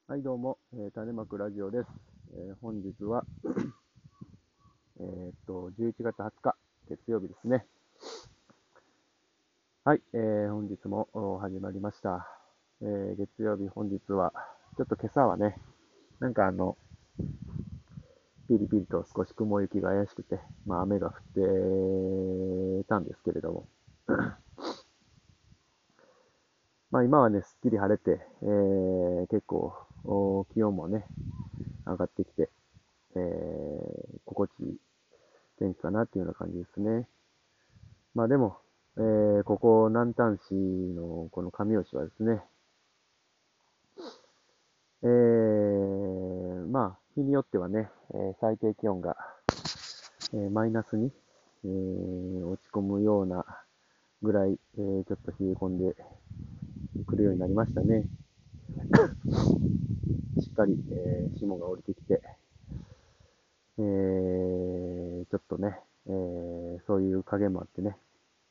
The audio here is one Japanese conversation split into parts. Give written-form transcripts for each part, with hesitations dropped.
はい、どうも、種まくラジオです。本日は、11月20日、月曜日ですね。はい、本日も始まりました。月曜日、本日は、ちょっと今朝はね、なんかピリピリと少し雲行きが怪しくて、まあ雨が降ってたんですけれども、まあ今はね、すっきり晴れて、結構気温もね、上がってきて、心地いい天気かなっていうような感じですね。まあでも、ここ南丹市のこの上吉はですね、まあ日によってはね、最低気温が、マイナスに、落ち込むようなぐらい、ちょっと冷え込んでくるようになりましたね。しっかり、霜が降りてきて、ちょっとね、そういう影もあってね、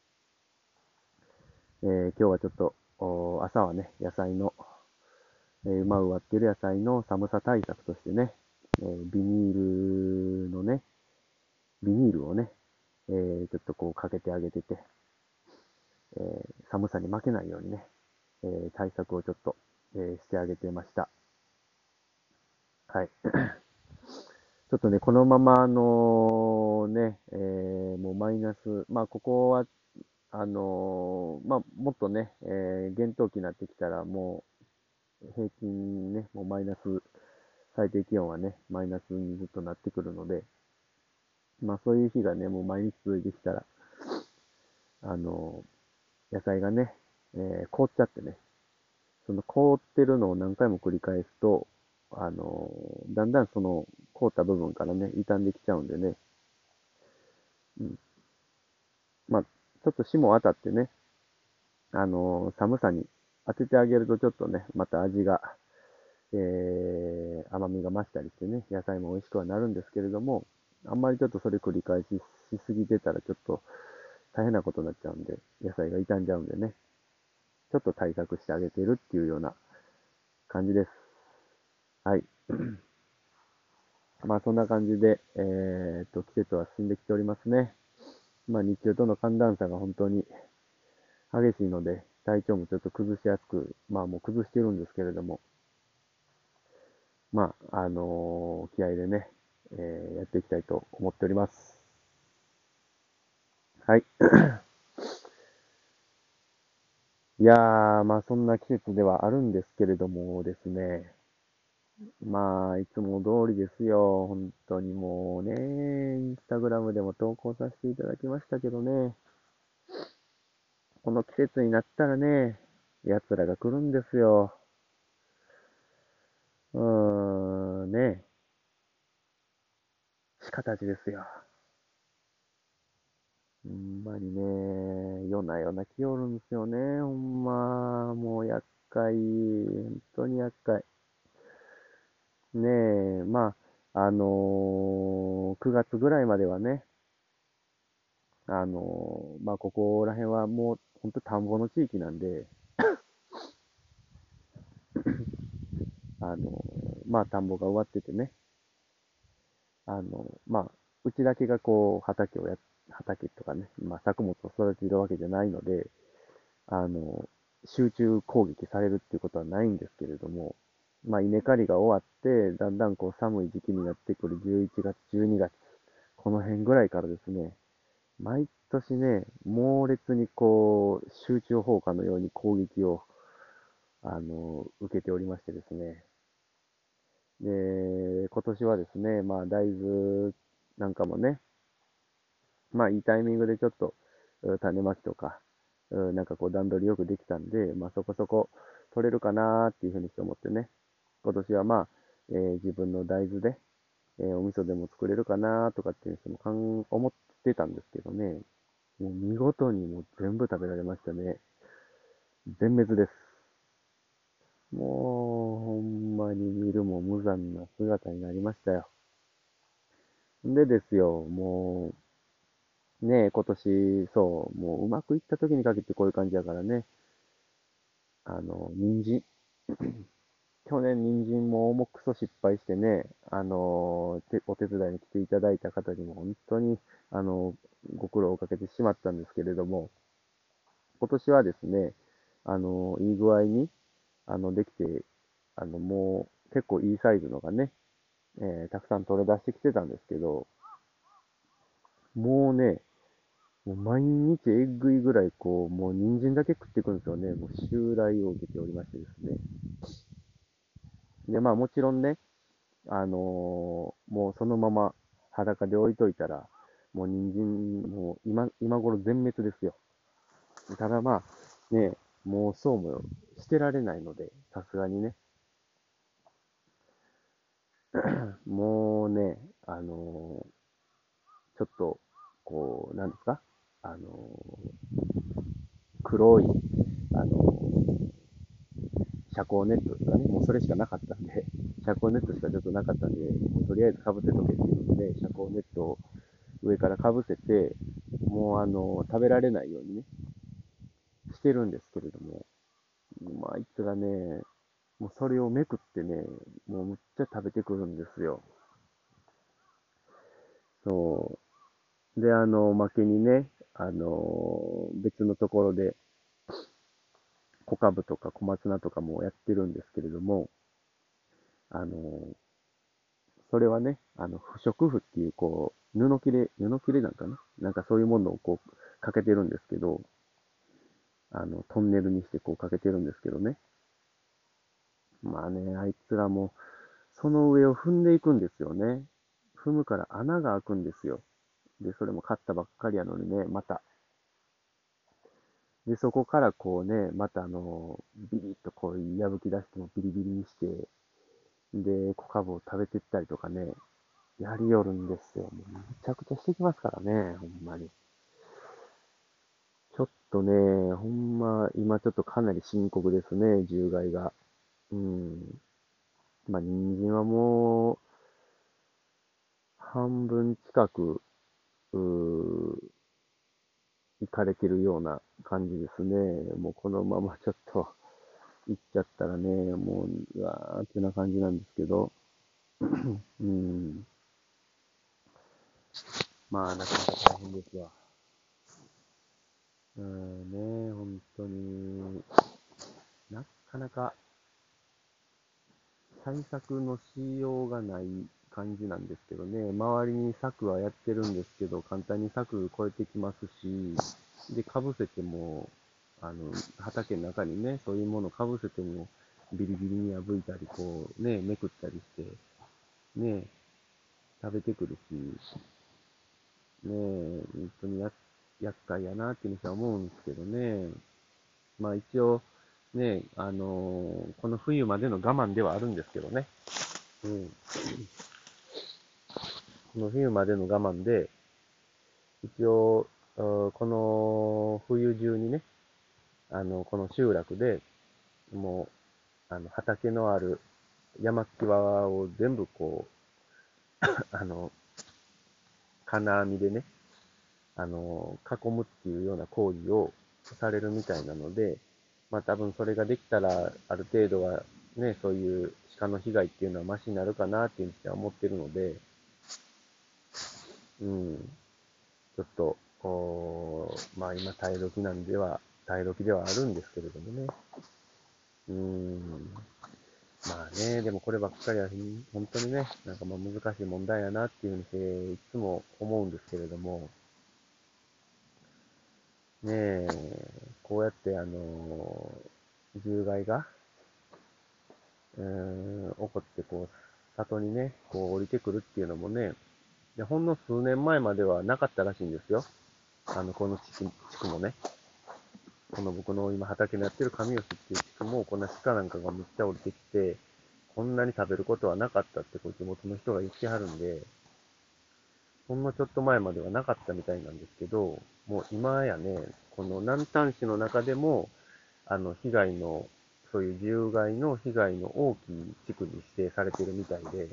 今日はちょっと朝はね、野菜の馬を植わっている野菜の寒さ対策としてね、ビニールをね、ちょっとこうかけてあげてて、寒さに負けないようにね、対策をちょっと、してあげてました。はい。ちょっとね、このままね、もうマイナス、まあここは、まあもっとね、厳冬期になってきたらもう平均ね、もうマイナス、最低気温はね、マイナスにずっとなってくるので、まあそういう日がね、もう毎日続いてきたら、あの、野菜がね、凍っちゃってね、その凍ってるのを何回も繰り返すと、だんだんその凍った部分からね、傷んできちゃうんでね、うん、まあ、ちょっと霜当たってね、寒さに当ててあげるとちょっとね、また味が、甘みが増したりしてね、野菜も美味しくはなるんですけれども、あんまりちょっとそれ繰り返しすぎてたらちょっと大変なことになっちゃうんで、野菜が傷んじゃうんでね、ちょっと対策してあげてるっていうような感じです。はい。まあそんな感じで、季節は進んできておりますね。まあ日中との寒暖差が本当に激しいので、体調もちょっと崩しやすく、まあもう崩してるんですけれども、まあ、気合でね、やっていきたいと思っております。はい。いやー、まあそんな季節ではあるんですけれどもですね、まあ、いつも通りですよ。本当にもうね、インスタグラムでも投稿させていただきましたけどね、この季節になったらね、奴らが来るんですよ。ね、鹿たちですよ。ほんまにね、夜な夜な来よるんですよね。ほんま、もう厄介。本当に厄介。ねえ、まあ、9月ぐらいまではね、まあ、ここら辺はもう、本当田んぼの地域なんで、まあ、田んぼが終わっててね、まあ、うちだけがこう、畑とかね、まあ、作物を育てているわけじゃないので、あの、集中攻撃されるっていうことはないんですけれども、まあ、稲刈りが終わって、だんだんこう寒い時期になってくる11月、12月、この辺ぐらいからですね、毎年ね、猛烈にこう、集中砲火のように攻撃を、受けておりましてですね。で、今年はですね、まあ、大豆なんかもね、まあ、いいタイミングでちょっと、種まきとか、なんかこう段取りよくできたんで、まあそこそこ取れるかなーっていうふうにして思ってね、今年はまあ、自分の大豆で、お味噌でも作れるかなーとかっていうのも思ってたんですけどね、もう見事にもう全部食べられましたね。全滅です。もう、ほんまに見るも無残な姿になりましたよ。でですよ、もう、ね、今年、そう、もううまくいった時に限ってこういう感じだからね、人参。 去年、人参も重くそ失敗してね、お手伝いに来ていただいた方にも本当に、あのご苦労をかけてしまったんですけれども、今年はですね、いい具合に、できて、もう結構いいサイズのがね、たくさん取れ出してきてたんですけど、もうね、もう毎日えぐいぐらい、こう、もう人参だけ食っていくんですよね。もう襲来を受けておりましてですね。で、まあもちろんね、もうそのまま裸で置いといたら、もう人参、もう今頃全滅ですよ。ただまあ、ね、もうそうも捨てられないので、さすがにね、もうね、ちょっと、こう、なんですか、あの黒い、あの遮光ネットとかね、もうそれしかなかったんで、遮光ネットしかちょっとなかったんで、もうとりあえず被せとけっていうので、遮光ネットを上から被せて、もう食べられないようにね、してるんですけれども、まあ、あいつがね、もうそれをめくってね、もうむっちゃ食べてくるんですよ。そう。で、おまけにね、別のところで小カブとか小松菜とかもやってるんですけれども、あの、それはね、不織布っていう、こう、布切れなんかななんかそういうものをこう、かけてるんですけど、トンネルにしてこうかけてるんですけどね。まあね、あいつらも、その上を踏んでいくんですよね。踏むから穴が開くんですよ。で、それも買ったばっかりやのにね、また。で、そこからこうね、またビリッとこう破き出してもビリビリにして、で、小カブを食べてったりとかね、やりよるんですよ。もうめちゃくちゃしてきますからね、ほんまに。ちょっとね、ほんま、今ちょっとかなり深刻ですね、獣害が。うん。まあ、人参はもう、半分近く、うー、いかれてるような感じですね。もうこのままちょっと、行っちゃったらね、もう、うわーってな感じなんですけど、うん。まあ、なかなか大変ですわ。うんね、本当になかなか対策のしようがない感じなんですけどね、周りに柵はやってるんですけど、簡単に柵越えてきますし、で、かぶせても、畑の中にね、そういうものかぶせても、ビリビリに破いたり、こう、ね、めくったりして、ね、食べてくるし、ね、本当に厄介やなっていうふうには思うんですけどね。まあ一応、ね、この冬までの我慢ではあるんですけどね。うん。この冬までの我慢で、一応、この冬中にね、この集落でもう、畑のある山際を全部こう、金網でね、囲むっていうような行為をされるみたいなので、まあ多分それができたら、ある程度はね、そういう鹿の被害っていうのはマシになるかなっていうふうには思ってるので、うん、ちょっと、まあ今耐え時ではあるんですけれどもね。うん、まあね、でもこればっかりは本当にね、なんかまあ難しい問題やなっていうふうにいつも思うんですけれども、ねえ、こうやって獣害が、起こってこう、里にね、こう降りてくるっていうのもね、ほんの数年前まではなかったらしいんですよ。この地区もね。この僕の今畑のやってる神吉っていう地区も、こんな鹿なんかがめっちゃ降りてきて、こんなに食べることはなかったってこう地元の人が言ってはるんで、ほんのちょっと前まではなかったみたいなんですけど、もう今やね、この南丹市の中でも、被害の、そういう獣害の被害の大きい地区に指定されてるみたいで、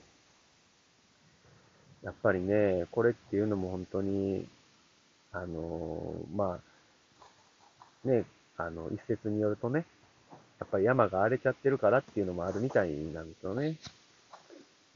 やっぱりね、これっていうのも本当に、まあ、ね、一説によるとね、 やっぱり山が荒れちゃってるからっていうのもあるみたいなんですよね。うん。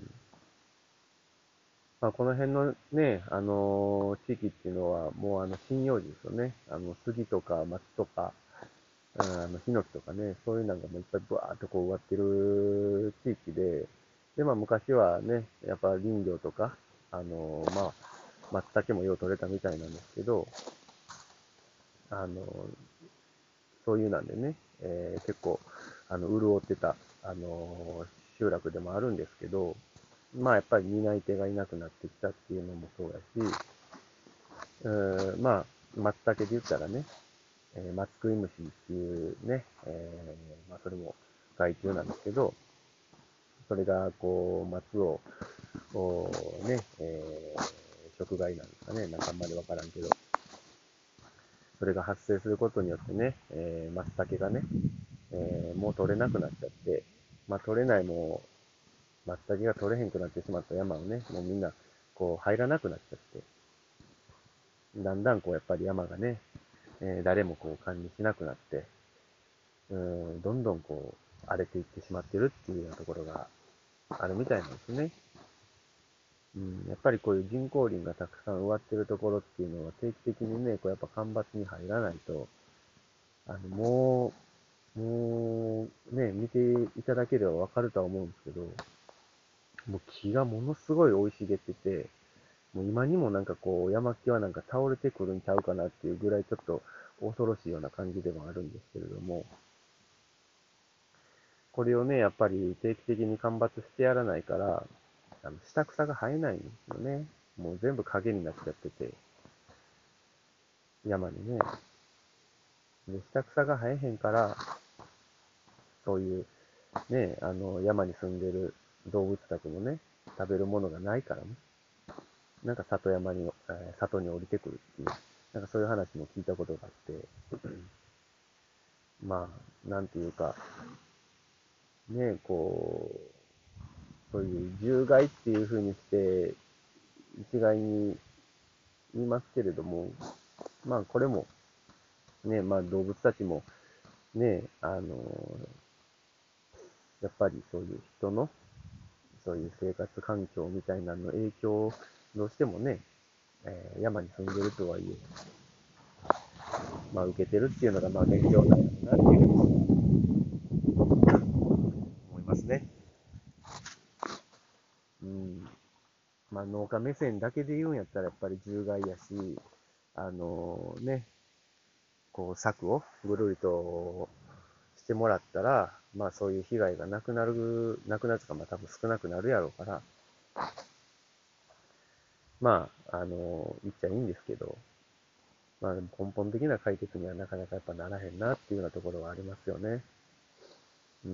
まあ、この辺のね、地域っていうのは、もう針葉樹ですよね。杉とか松とか、ヒノキとかね、そういうのがもういっぱいブワーっとこう植わってる地域で、で、まあ昔はね、やっぱ林業とか、まあ、松茸もよう取れたみたいなんですけど、あの、そういうなんでね、結構、潤ってた、集落でもあるんですけど、まあやっぱり担い手がいなくなってきたっていうのもそうだし、まあ、松茸で言ったらね、松食い虫っていうね、まあそれも害虫なんですけど、それがこう、松を、こうね、食害なんですかね、なんかあんまりわからんけど、それが発生することによってね、松茸がね、もう取れなくなっちゃって、まあ取れないもう、松茸が取れへんくなってしまった山をね、もうみんな、こう入らなくなっちゃって、だんだんこうやっぱり山がね、誰もこう管理しなくなって、どんどんこう荒れていってしまってるっていうようなところがあるみたいなんですね。うん、やっぱりこういう人工林がたくさん植わってるところっていうのは定期的にね、こうやっぱ干ばつに入らないと、もうね、見ていただければわかるとは思うんですけど、もう木がものすごい生い茂ってて、もう今にもなんかこう山木はなんか倒れてくるんちゃうかなっていうぐらいちょっと恐ろしいような感じでもあるんですけれども、これをね、やっぱり定期的に間伐してやらないから、下草が生えないんですよね。もう全部影になっちゃってて、山にね。で、下草が生えへんから、そういうね、山に住んでる動物たちもね、食べるものがないからね、なんか里に降りてくるっていう、なんかそういう話も聞いたことがあって、まあ、なんていうか、ね、こう、そういう獣害っていう風にして、一概に言いますけれども、まあこれも、ね、まあ動物たちも、ね、やっぱりそういう人の、そういう生活環境みたいなのの影響をどうしてもね、山に住んでるとはいえ、まあ受けてるっていうのがまあ現状なんだなっていうふうに思いますね。うん。まあ農家目線だけで言うんやったらやっぱり獣害やし、ね、こう策をぐるりとしてもらったら、まあそういう被害がなくなるとか、まあ多分少なくなるやろうから、まあ、言っちゃいいんですけど、まあでも根本的な解決にはなかなかやっぱならへんなっていうようなところはありますよね。うん。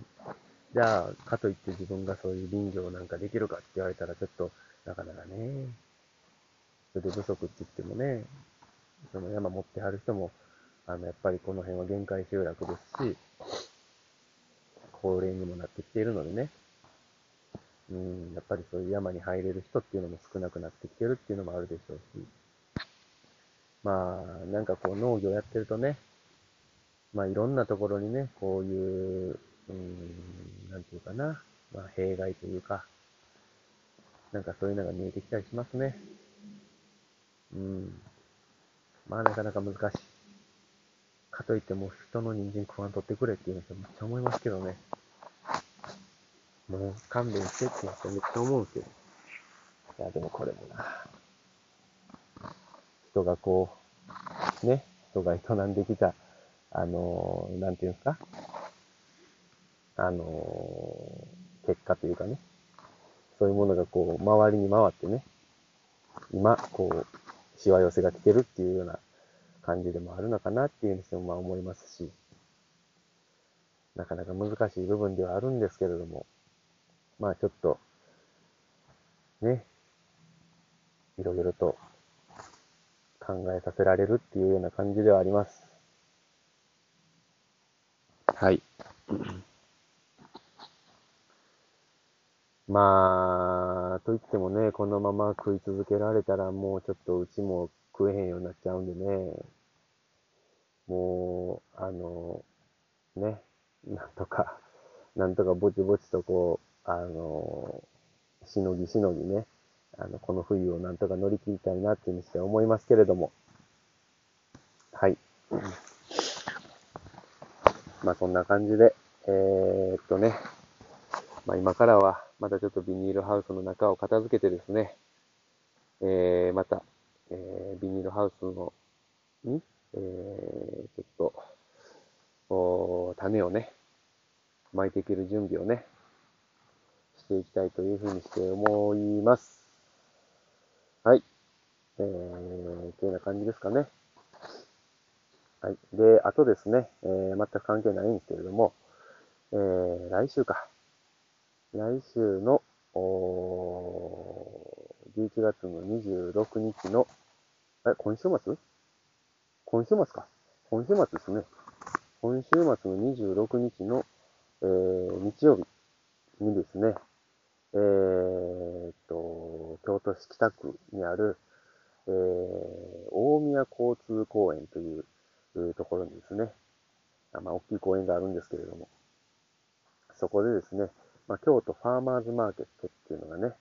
じゃあ、かといって自分がそういう林業なんかできるかって言われたらちょっと、なかなかね、人手不足って言ってもね、その山持ってはる人も、やっぱりこの辺は限界集落ですし、高齢にもなってきているのでね、うん、やっぱりそういう山に入れる人っていうのも少なくなってきてるっていうのもあるでしょうし、まあ、なんかこう農業やってるとね、まあいろんなところにね、こういう、なんていうかな、まあ弊害というか、なんかそういうのが見えてきたりしますね。うん。まあなかなか難しい。かといってもう人の人参食わんとってくれっていうのめっちゃ思いますけどね。もう勘弁してってめっちゃ思うんですけど。いやでもこれもな、人がこう、ね、人が営んできた、なんていうんですか、あの結果というかね、そういうものがこう、周りに回ってね、今、こう、しわ寄せが来てるっていうような感じでもあるのかなっていうのもまあ思いますし、なかなか難しい部分ではあるんですけれども、まあちょっと、ね、いろいろと考えさせられるっていうような感じではあります。はい。まあ、といってもね、このまま食い続けられたらもうちょっとうちも食えへんようになっちゃうんでね、もう、 ね、なんとかぼちぼちとしのぎしのぎね、この冬をなんとか乗り切りたいなっていうふうにして思いますけれども、はい。まあそんな感じで、ね、まあ今からはまたちょっとビニールハウスの中を片付けてですね、また、ビニールハウスに、ちょっと、種をね、巻いていける準備をね、していきたいというふうにして思います。はい。というような感じですかね。はい。で、あとですね、全く関係ないんですけれども、来週か。来週の、11月の26日の、今週末今週末か。今週末ですね。今週末の26日の、日曜日にですね、京都市北区にある、大宮交通公園というところにですね、まあ、大きい公園があるんですけれども、そこでですね、まあ、京都ファーマーズマーケットっていうのがね、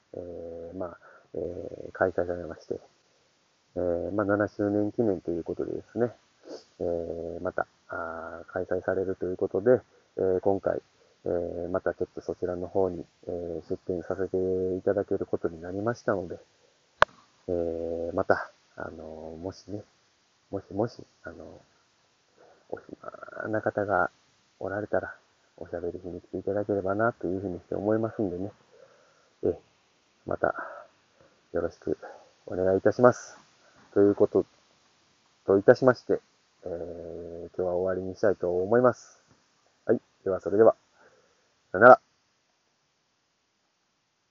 開催されまして、まあ、7周年記念ということでですね、また開催されるということで、今回、またちょっとそちらの方に、出展させていただけることになりましたので、また、もしね、もし、お暇な方がおられたら、おしゃべりしに来ていただければな、というふうにして思いますんでね、また、よろしくお願いいたします。ということといたしまして、今日は終わりにしたいと思います。はい。では、それでは、さよなら。